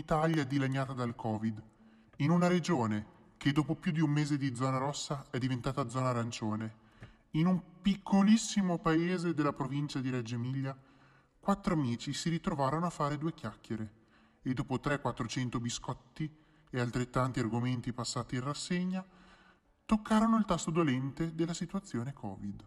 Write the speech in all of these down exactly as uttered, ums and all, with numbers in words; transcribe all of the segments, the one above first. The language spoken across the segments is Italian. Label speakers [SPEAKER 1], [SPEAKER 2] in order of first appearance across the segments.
[SPEAKER 1] d'Italia dilaniata dal Covid, in una regione che dopo più di un mese di zona rossa è diventata zona arancione, in un piccolissimo paese della provincia di Reggio Emilia, quattro amici si ritrovarono a fare due chiacchiere e dopo trecento-quattrocento biscotti e altrettanti argomenti passati in rassegna, toccarono il tasto dolente della situazione Covid.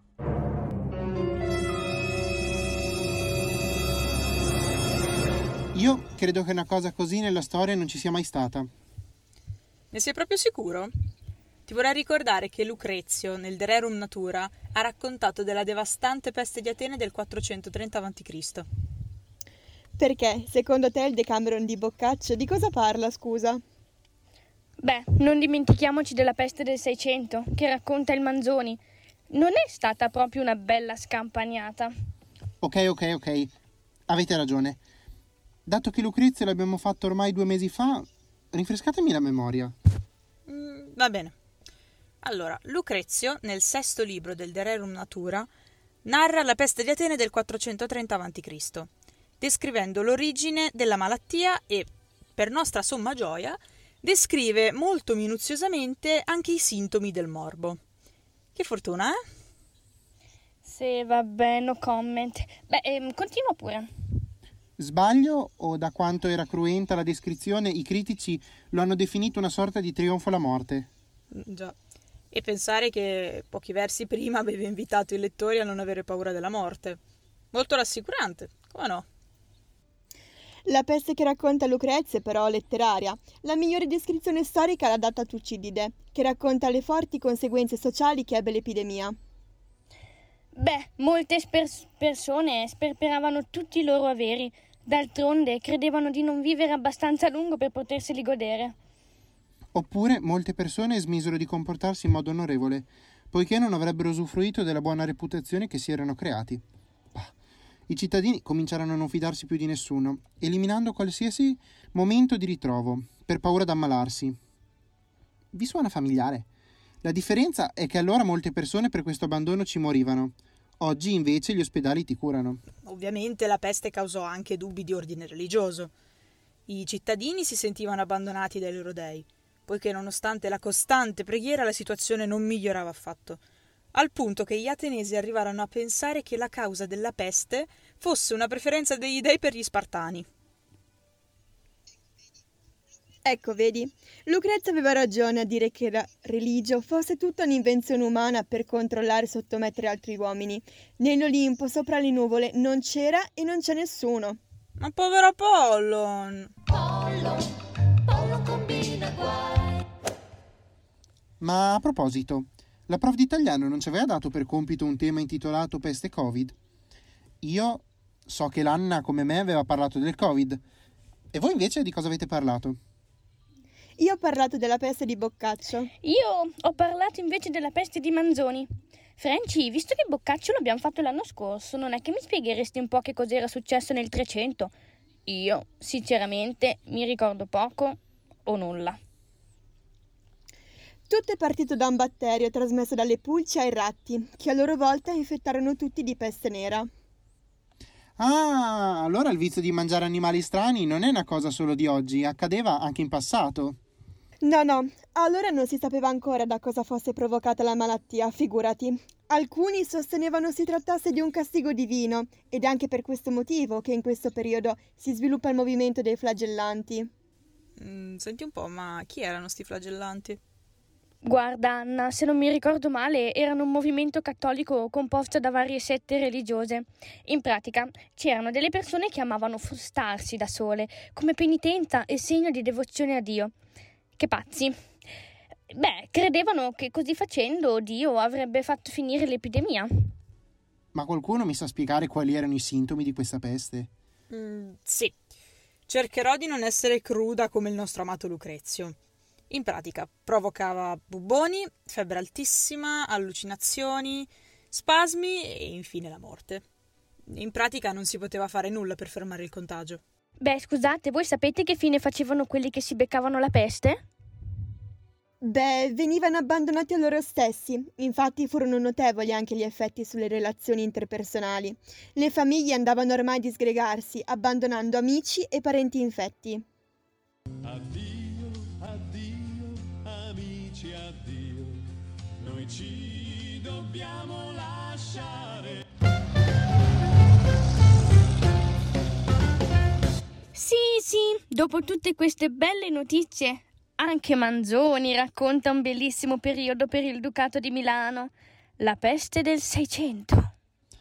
[SPEAKER 2] Io credo che una cosa così nella storia non ci sia mai stata.
[SPEAKER 3] Ne sei proprio sicuro? Ti vorrei ricordare che Lucrezio, nel De Rerum Natura, ha raccontato della devastante peste di Atene del quattrocentotrenta avanti Cristo
[SPEAKER 4] Perché, secondo te, il Decameron di Boccaccio di cosa parla, scusa?
[SPEAKER 5] Beh, non dimentichiamoci della peste del Seicento, che racconta il Manzoni. Non è stata proprio una bella scampagnata.
[SPEAKER 2] Ok, ok, ok. Avete ragione. Dato che Lucrezio l'abbiamo fatto ormai due mesi fa, rinfrescatemi la memoria.
[SPEAKER 3] Mm, va bene. Allora, Lucrezio, nel sesto libro del De Rerum Natura, narra la peste di Atene del quattrocentotrenta avanti Cristo, descrivendo l'origine della malattia e, per nostra somma gioia, descrive molto minuziosamente anche i sintomi del morbo. Che fortuna, eh?
[SPEAKER 5] Se vabbè, no comment. Beh, ehm, continua pure.
[SPEAKER 2] Sbaglio o da quanto era cruenta la descrizione i critici lo hanno definito una sorta di trionfo alla morte?
[SPEAKER 3] Già. E pensare che pochi versi prima aveva invitato i lettori a non avere paura della morte. Molto rassicurante, come no?
[SPEAKER 4] La peste che racconta Lucrezio è però letteraria. La migliore descrizione storica l'ha data Tucidide, che racconta le forti conseguenze sociali che ebbe l'epidemia.
[SPEAKER 5] Beh, molte spers- persone sperperavano tutti i loro averi. D'altronde credevano di non vivere abbastanza a lungo per poterseli godere.
[SPEAKER 2] Oppure molte persone smisero di comportarsi in modo onorevole, poiché non avrebbero usufruito della buona reputazione che si erano creati. Bah. I cittadini cominciarono a non fidarsi più di nessuno, eliminando qualsiasi momento di ritrovo, per paura d'ammalarsi. Vi suona familiare? La differenza è che allora molte persone per questo abbandono ci morivano. Oggi invece gli ospedali ti curano.
[SPEAKER 3] Ovviamente la peste causò anche dubbi di ordine religioso. I cittadini si sentivano abbandonati dai loro dei, poiché nonostante la costante preghiera la situazione non migliorava affatto, al punto che gli ateniesi arrivarono a pensare che la causa della peste fosse una preferenza degli dei per gli spartani.
[SPEAKER 4] Ecco, vedi, Lucrezio aveva ragione a dire che la religio fosse tutta un'invenzione umana per controllare e sottomettere altri uomini. Nell'Olimpo, sopra le nuvole, non c'era e non c'è nessuno.
[SPEAKER 3] Ma povero Apollon!
[SPEAKER 6] Pollon, Pollon combina guai.
[SPEAKER 2] Ma a proposito, la prof di italiano non ci aveva dato per compito un tema intitolato peste Covid? Io so che l'Anna, come me, aveva parlato del Covid. E voi invece di cosa avete parlato?
[SPEAKER 4] Io ho parlato della peste di Boccaccio.
[SPEAKER 5] Io ho parlato invece della peste di Manzoni. Franci, visto che Boccaccio l'abbiamo fatto l'anno scorso, non è che mi spiegheresti un po' che cos'era successo nel trecento? Io, sinceramente, mi ricordo poco o nulla.
[SPEAKER 4] Tutto è partito da un batterio trasmesso dalle pulci ai ratti, che a loro volta infettarono tutti di peste nera.
[SPEAKER 2] Ah, allora il vizio di mangiare animali strani non è una cosa solo di oggi, accadeva anche in passato.
[SPEAKER 4] No, no, allora non si sapeva ancora da cosa fosse provocata la malattia, figurati. Alcuni sostenevano si trattasse di un castigo divino, ed è anche per questo motivo che in questo periodo si sviluppa il movimento dei flagellanti.
[SPEAKER 3] Mm, senti un po', ma chi erano sti flagellanti?
[SPEAKER 5] Guarda, Anna, se non mi ricordo male, erano un movimento cattolico composto da varie sette religiose. In pratica, c'erano delle persone che amavano frustarsi da sole, come penitenza e segno di devozione a Dio. Che pazzi! Beh, credevano che così facendo Dio avrebbe fatto finire l'epidemia.
[SPEAKER 2] Ma qualcuno mi sa spiegare quali erano i sintomi di questa peste?
[SPEAKER 3] Mm, sì, cercherò di non essere cruda come il nostro amato Lucrezio. In pratica, provocava bubboni, febbre altissima, allucinazioni, spasmi e infine la morte. In pratica non si poteva fare nulla per fermare il contagio.
[SPEAKER 5] Beh, scusate, voi sapete che fine facevano quelli che si beccavano la peste?
[SPEAKER 4] Beh, venivano abbandonati a loro stessi. Infatti furono notevoli anche gli effetti sulle relazioni interpersonali. Le famiglie andavano ormai a disgregarsi, abbandonando amici e parenti infetti.
[SPEAKER 7] Addio, addio, amici, addio, noi ci dobbiamo lasciare.
[SPEAKER 5] Sì, sì, dopo tutte queste belle notizie, anche Manzoni racconta un bellissimo periodo per il Ducato di Milano, la peste del Seicento.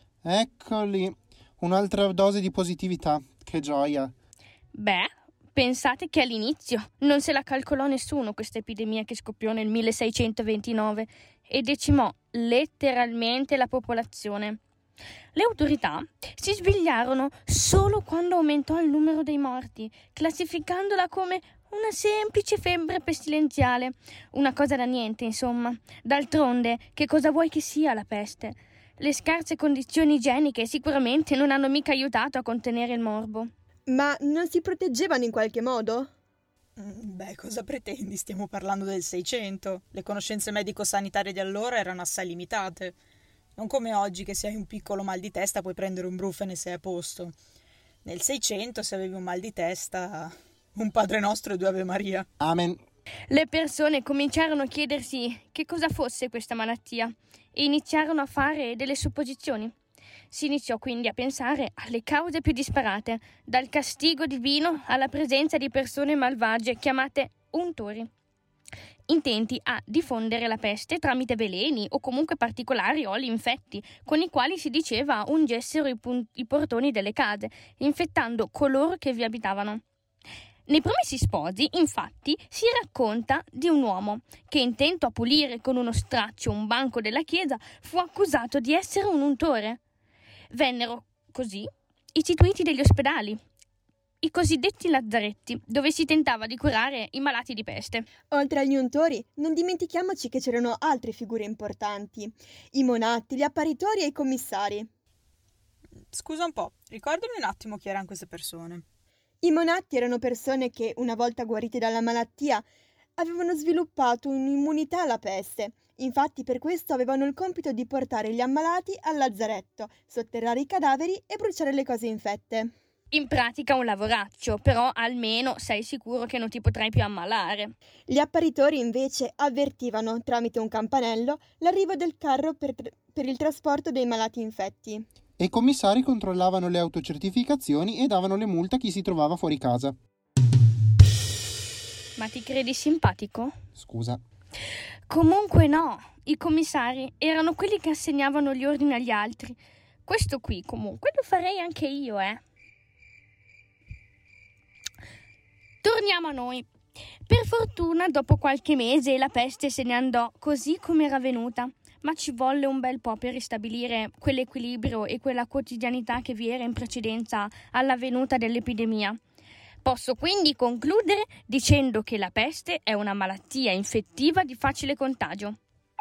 [SPEAKER 2] Eccoli, un'altra dose di positività, che gioia.
[SPEAKER 5] Beh, pensate che all'inizio non se la calcolò nessuno questa epidemia che scoppiò nel milleseicentoventinove e decimò letteralmente la popolazione. Le autorità si svegliarono solo quando aumentò il numero dei morti, classificandola come una semplice febbre pestilenziale, una cosa da niente, insomma. D'altronde, che cosa vuoi che sia la peste? Le scarse condizioni igieniche sicuramente non hanno mica aiutato a contenere il morbo.
[SPEAKER 4] Ma non si proteggevano in qualche modo?
[SPEAKER 3] Beh, cosa pretendi? Stiamo parlando del Seicento. Le conoscenze medico-sanitarie di allora erano assai limitate. Non come oggi che se hai un piccolo mal di testa puoi prendere un brufene e sei a posto. Nel Seicento se avevi un mal di testa, un Padre Nostro e due Ave Maria.
[SPEAKER 2] Amen.
[SPEAKER 5] Le persone cominciarono a chiedersi che cosa fosse questa malattia e iniziarono a fare delle supposizioni. Si iniziò quindi a pensare alle cause più disparate, dal castigo divino alla presenza di persone malvagie chiamate untori, intenti a diffondere la peste tramite veleni o comunque particolari oli infetti, con i quali si diceva ungessero i, pun- i portoni delle case, infettando coloro che vi abitavano. Nei Promessi Sposi, infatti, si racconta di un uomo che, intento a pulire con uno straccio un banco della chiesa, fu accusato di essere un untore. Vennero così istituiti degli ospedali, i cosiddetti lazzaretti, dove si tentava di curare i malati di peste.
[SPEAKER 4] Oltre agli untori, non dimentichiamoci che c'erano altre figure importanti: i monatti, gli apparitori e i commissari.
[SPEAKER 3] Scusa un po', ricordami un attimo chi erano queste persone.
[SPEAKER 4] I monatti erano persone che, una volta guarite dalla malattia, avevano sviluppato un'immunità alla peste. Infatti per questo avevano il compito di portare gli ammalati al lazzaretto, sotterrare i cadaveri e bruciare le cose infette.
[SPEAKER 5] In pratica un lavoraccio, però almeno sei sicuro che non ti potrai più ammalare.
[SPEAKER 4] Gli apparitori invece avvertivano, tramite un campanello, l'arrivo del carro per, per il trasporto dei malati infetti.
[SPEAKER 2] E i commissari controllavano le autocertificazioni e davano le multe a chi si trovava fuori casa.
[SPEAKER 5] Ma ti credi simpatico?
[SPEAKER 2] Scusa.
[SPEAKER 5] Comunque no, i commissari erano quelli che assegnavano gli ordini agli altri. Questo qui comunque lo farei anche io, eh. Torniamo a noi. Per fortuna, dopo qualche mese, la peste se ne andò così come era venuta, ma ci volle un bel po' per ristabilire quell'equilibrio e quella quotidianità che vi era in precedenza alla venuta dell'epidemia. Posso quindi concludere dicendo che la peste è una malattia infettiva di facile contagio.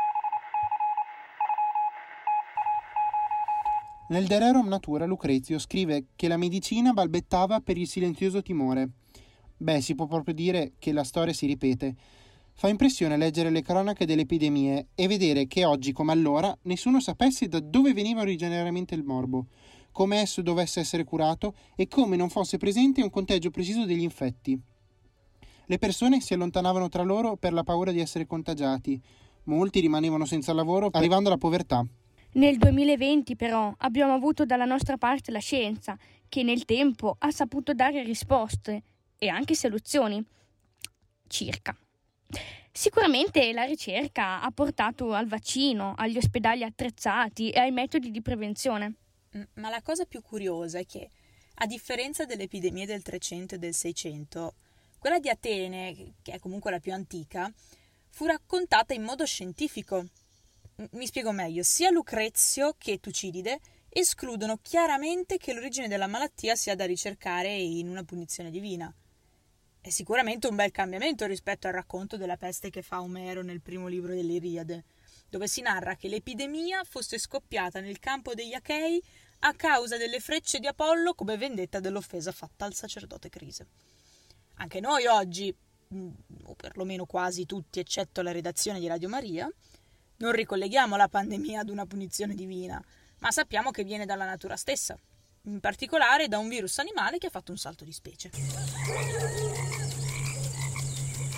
[SPEAKER 2] Nel De Rerum Natura Lucrezio scrive che la medicina balbettava per il silenzioso timore. Beh, si può proprio dire che la storia si ripete. Fa impressione leggere le cronache delle epidemie e vedere che oggi come allora nessuno sapesse da dove veniva originariamente il morbo, come esso dovesse essere curato e come non fosse presente un conteggio preciso degli infetti. Le persone si allontanavano tra loro per la paura di essere contagiati. Molti rimanevano senza lavoro, arrivando alla povertà.
[SPEAKER 5] Nel duemilaventi però abbiamo avuto dalla nostra parte la scienza, che nel tempo ha saputo dare risposte e anche soluzioni. Circa. Sicuramente la ricerca ha portato al vaccino, agli ospedali attrezzati e ai metodi di prevenzione.
[SPEAKER 3] Ma la cosa più curiosa è che, a differenza delle epidemie del Trecento e del Seicento, quella di Atene, che è comunque la più antica, fu raccontata in modo scientifico. Mi spiego meglio, sia Lucrezio che Tucidide escludono chiaramente che l'origine della malattia sia da ricercare in una punizione divina. È sicuramente un bel cambiamento rispetto al racconto della peste che fa Omero nel primo libro dell'Iliade, dove si narra che l'epidemia fosse scoppiata nel campo degli Achei a causa delle frecce di Apollo come vendetta dell'offesa fatta al sacerdote Crise. Anche noi oggi, o perlomeno quasi tutti eccetto la redazione di Radio Maria, non ricolleghiamo la pandemia ad una punizione divina, ma sappiamo che viene dalla natura stessa, in particolare da un virus animale che ha fatto un salto di specie.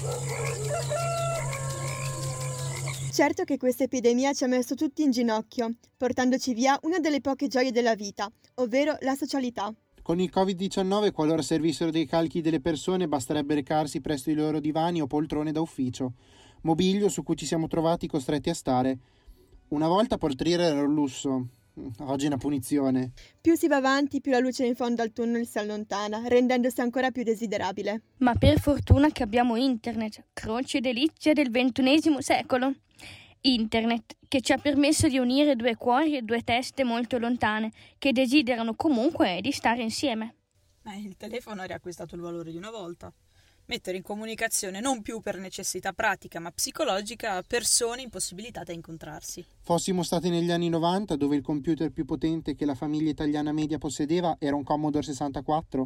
[SPEAKER 4] Certo che questa epidemia ci ha messo tutti in ginocchio, portandoci via una delle poche gioie della vita, ovvero la socialità.
[SPEAKER 2] Con il covid diciannove, qualora servissero dei calchi delle persone, basterebbe recarsi presso i loro divani o poltrone da ufficio, mobilio su cui ci siamo trovati costretti a stare. Una volta portiere era un lusso, oggi è una punizione.
[SPEAKER 4] Più si va avanti, più la luce in fondo al tunnel si allontana, rendendosi ancora più desiderabile.
[SPEAKER 5] Ma per fortuna che abbiamo internet, croce e delizia del ventunesimo secolo. Internet, che ci ha permesso di unire due cuori e due teste molto lontane, che desiderano comunque di stare insieme.
[SPEAKER 3] Eh, il telefono ha riacquistato il valore di una volta. Mettere in comunicazione non più per necessità pratica ma psicologica persone impossibilitate a incontrarsi.
[SPEAKER 2] Fossimo stati negli anni novanta, dove il computer più potente che la famiglia italiana media possedeva era un Commodore sessantaquattro,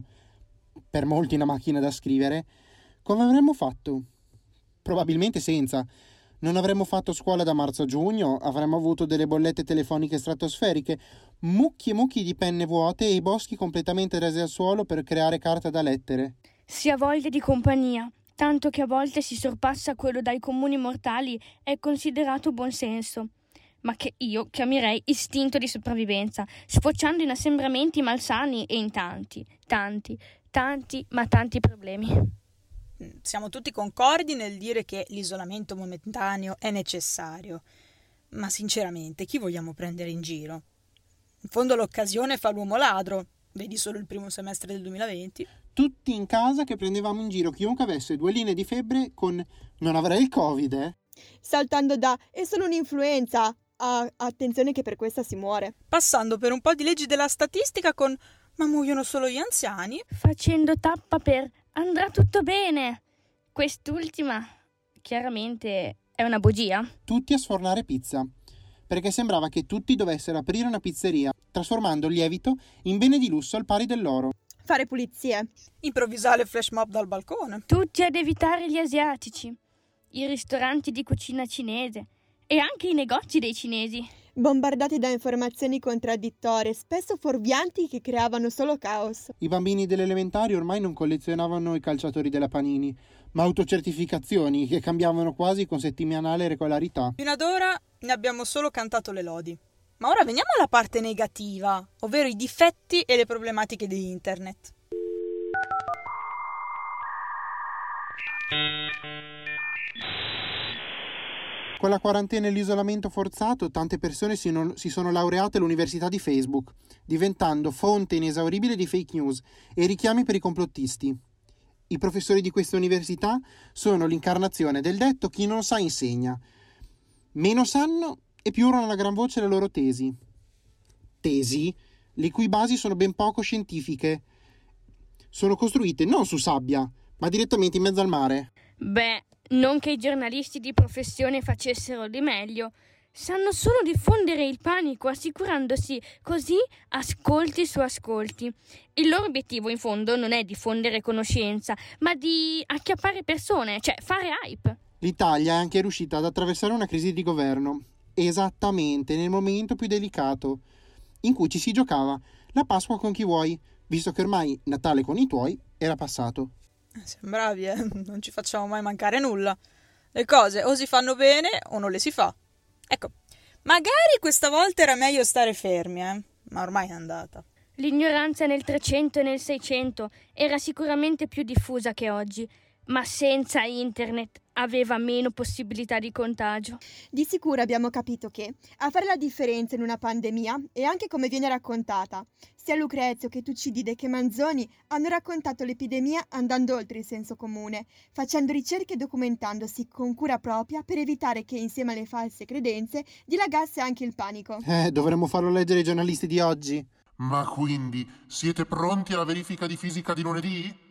[SPEAKER 2] per molti una macchina da scrivere, come avremmo fatto? Probabilmente senza. Non avremmo fatto scuola da marzo a giugno, avremmo avuto delle bollette telefoniche stratosferiche, mucchi e mucchi di penne vuote e i boschi completamente resi al suolo per creare carta da lettere.
[SPEAKER 5] Si ha voglia di compagnia, tanto che a volte si sorpassa quello dai comuni mortali è considerato buonsenso, ma che io chiamerei istinto di sopravvivenza, sfociando in assembramenti malsani e in tanti, tanti, tanti, ma tanti problemi.
[SPEAKER 3] Siamo tutti concordi nel dire che l'isolamento momentaneo è necessario, ma sinceramente chi vogliamo prendere in giro? In fondo l'occasione fa l'uomo ladro, vedi solo il primo semestre del duemilaventi.
[SPEAKER 2] Tutti in casa che prendevamo in giro chiunque avesse due linee di febbre con «non avrei il Covid, eh?»
[SPEAKER 4] Saltando da «è solo un'influenza» a «attenzione che per questa si muore».
[SPEAKER 3] Passando per un po' di leggi della statistica con «ma muoiono solo gli anziani?»
[SPEAKER 5] Facendo tappa per «andrà tutto bene». Quest'ultima chiaramente è una bugia.
[SPEAKER 2] Tutti a sfornare pizza, perché sembrava che tutti dovessero aprire una pizzeria, trasformando il lievito in bene di lusso al pari dell'oro.
[SPEAKER 4] Fare pulizie.
[SPEAKER 3] Improvvisare flash mob dal balcone.
[SPEAKER 5] Tutti ad evitare gli asiatici, i ristoranti di cucina cinese e anche i negozi dei cinesi.
[SPEAKER 4] Bombardati da informazioni contraddittorie, spesso fuorvianti che creavano solo caos.
[SPEAKER 2] I bambini delle elementari ormai non collezionavano i calciatori della Panini, ma autocertificazioni che cambiavano quasi con settimanale regolarità.
[SPEAKER 3] Fino ad ora ne abbiamo solo cantato le lodi. Ma ora veniamo alla parte negativa, ovvero i difetti e le problematiche di internet.
[SPEAKER 2] Con la quarantena e l'isolamento forzato, tante persone si, non, si sono laureate all'università di Facebook, diventando fonte inesauribile di fake news e richiami per i complottisti. I professori di queste università sono l'incarnazione del detto «chi non sa insegna». Meno sanno e più urlano a gran voce le loro tesi. Tesi, le cui basi sono ben poco scientifiche. Sono costruite non su sabbia, ma direttamente in mezzo al mare.
[SPEAKER 5] Beh, non che i giornalisti di professione facessero di meglio. Sanno solo diffondere il panico, assicurandosi così ascolti su ascolti. Il loro obiettivo, in fondo, non è diffondere conoscenza, ma di acchiappare persone, cioè fare hype.
[SPEAKER 2] L'Italia è anche riuscita ad attraversare una crisi di governo, esattamente nel momento più delicato, in cui ci si giocava la Pasqua con chi vuoi, visto che ormai Natale con i tuoi era passato.
[SPEAKER 3] Siamo bravi, eh? Non ci facciamo mai mancare nulla. Le cose o si fanno bene o non le si fa. Ecco, magari questa volta era meglio stare fermi, eh? Ma ormai è andata.
[SPEAKER 5] L'ignoranza nel trecento e nel seicento era sicuramente più diffusa che oggi, ma senza internet aveva meno possibilità di contagio.
[SPEAKER 4] Di sicuro abbiamo capito che a fare la differenza in una pandemia è anche come viene raccontata. Sia Lucrezio che Tucidide che Manzoni hanno raccontato l'epidemia andando oltre il senso comune, facendo ricerche e documentandosi con cura propria per evitare che insieme alle false credenze dilagasse anche il panico.
[SPEAKER 2] Eh, dovremmo farlo leggere ai giornalisti di oggi.
[SPEAKER 1] Ma quindi siete pronti alla verifica di fisica di lunedì?